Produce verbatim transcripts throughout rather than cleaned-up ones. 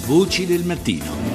Voci del mattino.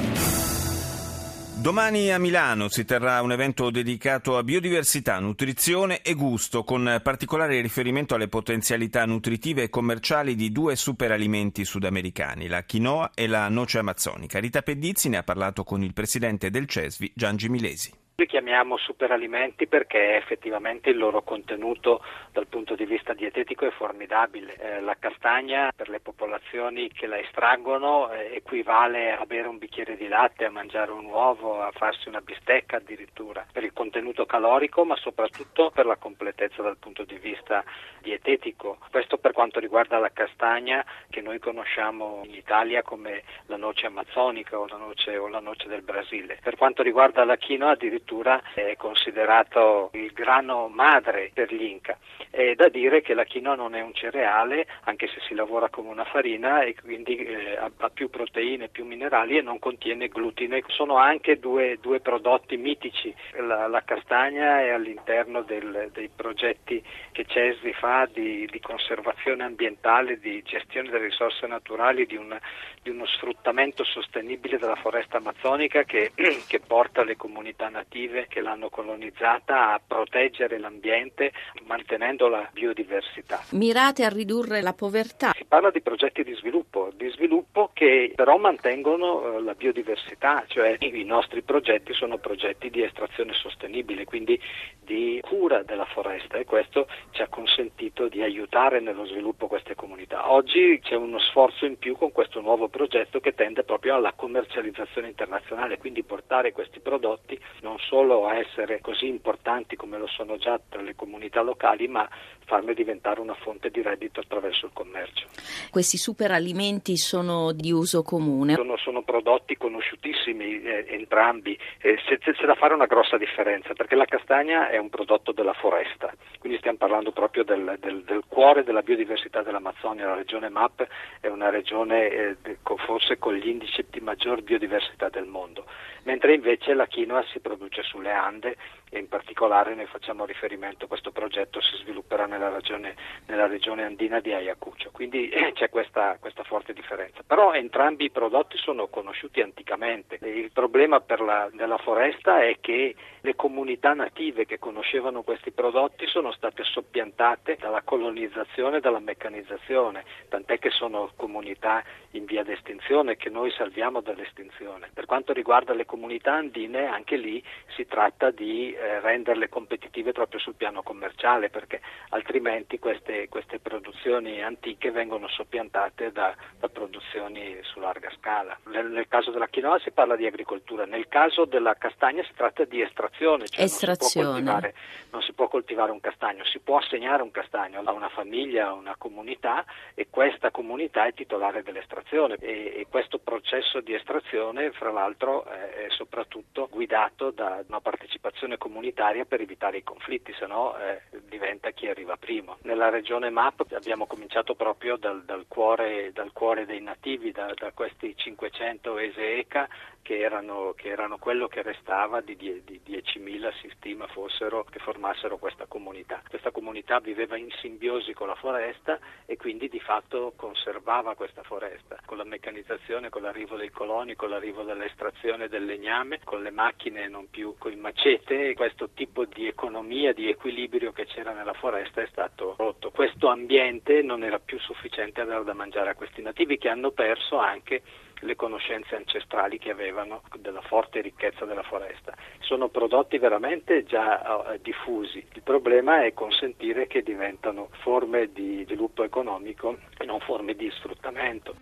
Domani a Milano si terrà un evento dedicato a biodiversità, nutrizione e gusto, con particolare riferimento alle potenzialità nutritive e commerciali di due superalimenti sudamericani, la quinoa e la noce amazzonica. Rita Pedizzi ne ha parlato con il presidente del CESVI, Giangi Milesi. Li chiamiamo superalimenti perché effettivamente il loro contenuto dal punto di vista dietetico è formidabile. Eh, la castagna per le popolazioni che la estraggono eh, equivale a bere un bicchiere di latte, a mangiare un uovo, a farsi una bistecca addirittura, per il contenuto calorico ma soprattutto per la completezza dal punto di vista dietetico. Questo per quanto riguarda la castagna che noi conosciamo in Italia come la noce amazzonica o la noce, o la noce del Brasile. Per quanto riguarda la quinoa addirittura è considerato il grano madre per gli Inca. È da dire che la quinoa non è un cereale, anche se si lavora come una farina e quindi eh, ha più proteine, più minerali e non contiene glutine. Sono anche due, due prodotti mitici. La, la castagna è all'interno del, dei progetti che CESVI fa di, di conservazione ambientale, di gestione delle risorse naturali, di, un, di uno sfruttamento sostenibile della foresta amazzonica che, che porta le comunità native che l'hanno colonizzata a proteggere l'ambiente mantenendo la biodiversità. Mirate a ridurre la povertà. Si parla di progetti di sviluppo, di sviluppo che però mantengono la biodiversità, cioè i nostri progetti sono progetti di estrazione sostenibile, quindi di cura della foresta, e questo ci ha consentito di aiutare nello sviluppo queste comunità. Oggi c'è uno sforzo in più con questo nuovo progetto che tende proprio alla commercializzazione internazionale, quindi portare questi prodotti non solo a essere così importanti come lo sono già tra le comunità locali, ma farle diventare una fonte di reddito attraverso il commercio. Questi superalimenti sono di uso comune? Sono, sono prodotti conosciutissimi eh, entrambi, eh, c'è, c'è da fare una grossa differenza perché la castagna è un prodotto della foresta, quindi stiamo parlando proprio del, del, del cuore della biodiversità dell'Amazzonia. La regione M A P è una regione eh, forse con gli indici di maggior biodiversità del mondo, mentre invece la quinoa si produce sulle Ande e in particolare noi facciamo riferimento, questo progetto si svilupperà nella regione, nella regione andina di Ayacucho, quindi eh, c'è questa, questa forte differenza. Però entrambi i prodotti sono conosciuti anticamente. Il problema per la, della foresta è che le comunità native che conoscevano questi prodotti sono state soppiantate dalla colonizzazione e dalla meccanizzazione, tant'è che sono comunità in via d'estinzione che noi salviamo dall'estinzione. Per quanto riguarda le comunità andine, anche lì si tratta di eh, renderle competitive proprio sul piano commerciale, perché altrimenti queste, queste produzioni antiche vengono soppiantate da, da produzioni su larga scala. Nel, nel caso della quinoa si parla di agricoltura, nel caso della castagna si tratta di estrazione, cioè estrazione. Non si può coltivare, non si può coltivare un castagno, si può assegnare un castagno a una famiglia, a una comunità, e questa comunità è titolare dell'estrazione e, e questo processo di estrazione fra l'altro è soprattutto guidato da una partecipazione comunitaria per evitare i conflitti, se no eh, diventa chi arriva primo. Nella regione M A P abbiamo cominciato proprio dal, dal, cuore, dal cuore dei nativi, da, da questi cinquecento Eseeka che erano, che erano quello che restava di, di, di diecimila, si stima fossero, che formassero questa comunità. Questa comunità viveva in simbiosi con la foresta e quindi di fatto conservava questa foresta. Con la meccanizzazione, con l'arrivo dei coloni, con l'arrivo dell'estrazione del legname, con le macchine non più con il macete, questo tipo di economia, di equilibrio che c'era nella foresta è stato rotto. Questo ambiente non era più sufficiente a dare da mangiare a questi nativi che hanno perso anche le conoscenze ancestrali che avevano della forte ricchezza della foresta. Sono prodotti veramente già uh, diffusi. Il problema è consentire che diventano forme di sviluppo economico e non forme di sfruttamento.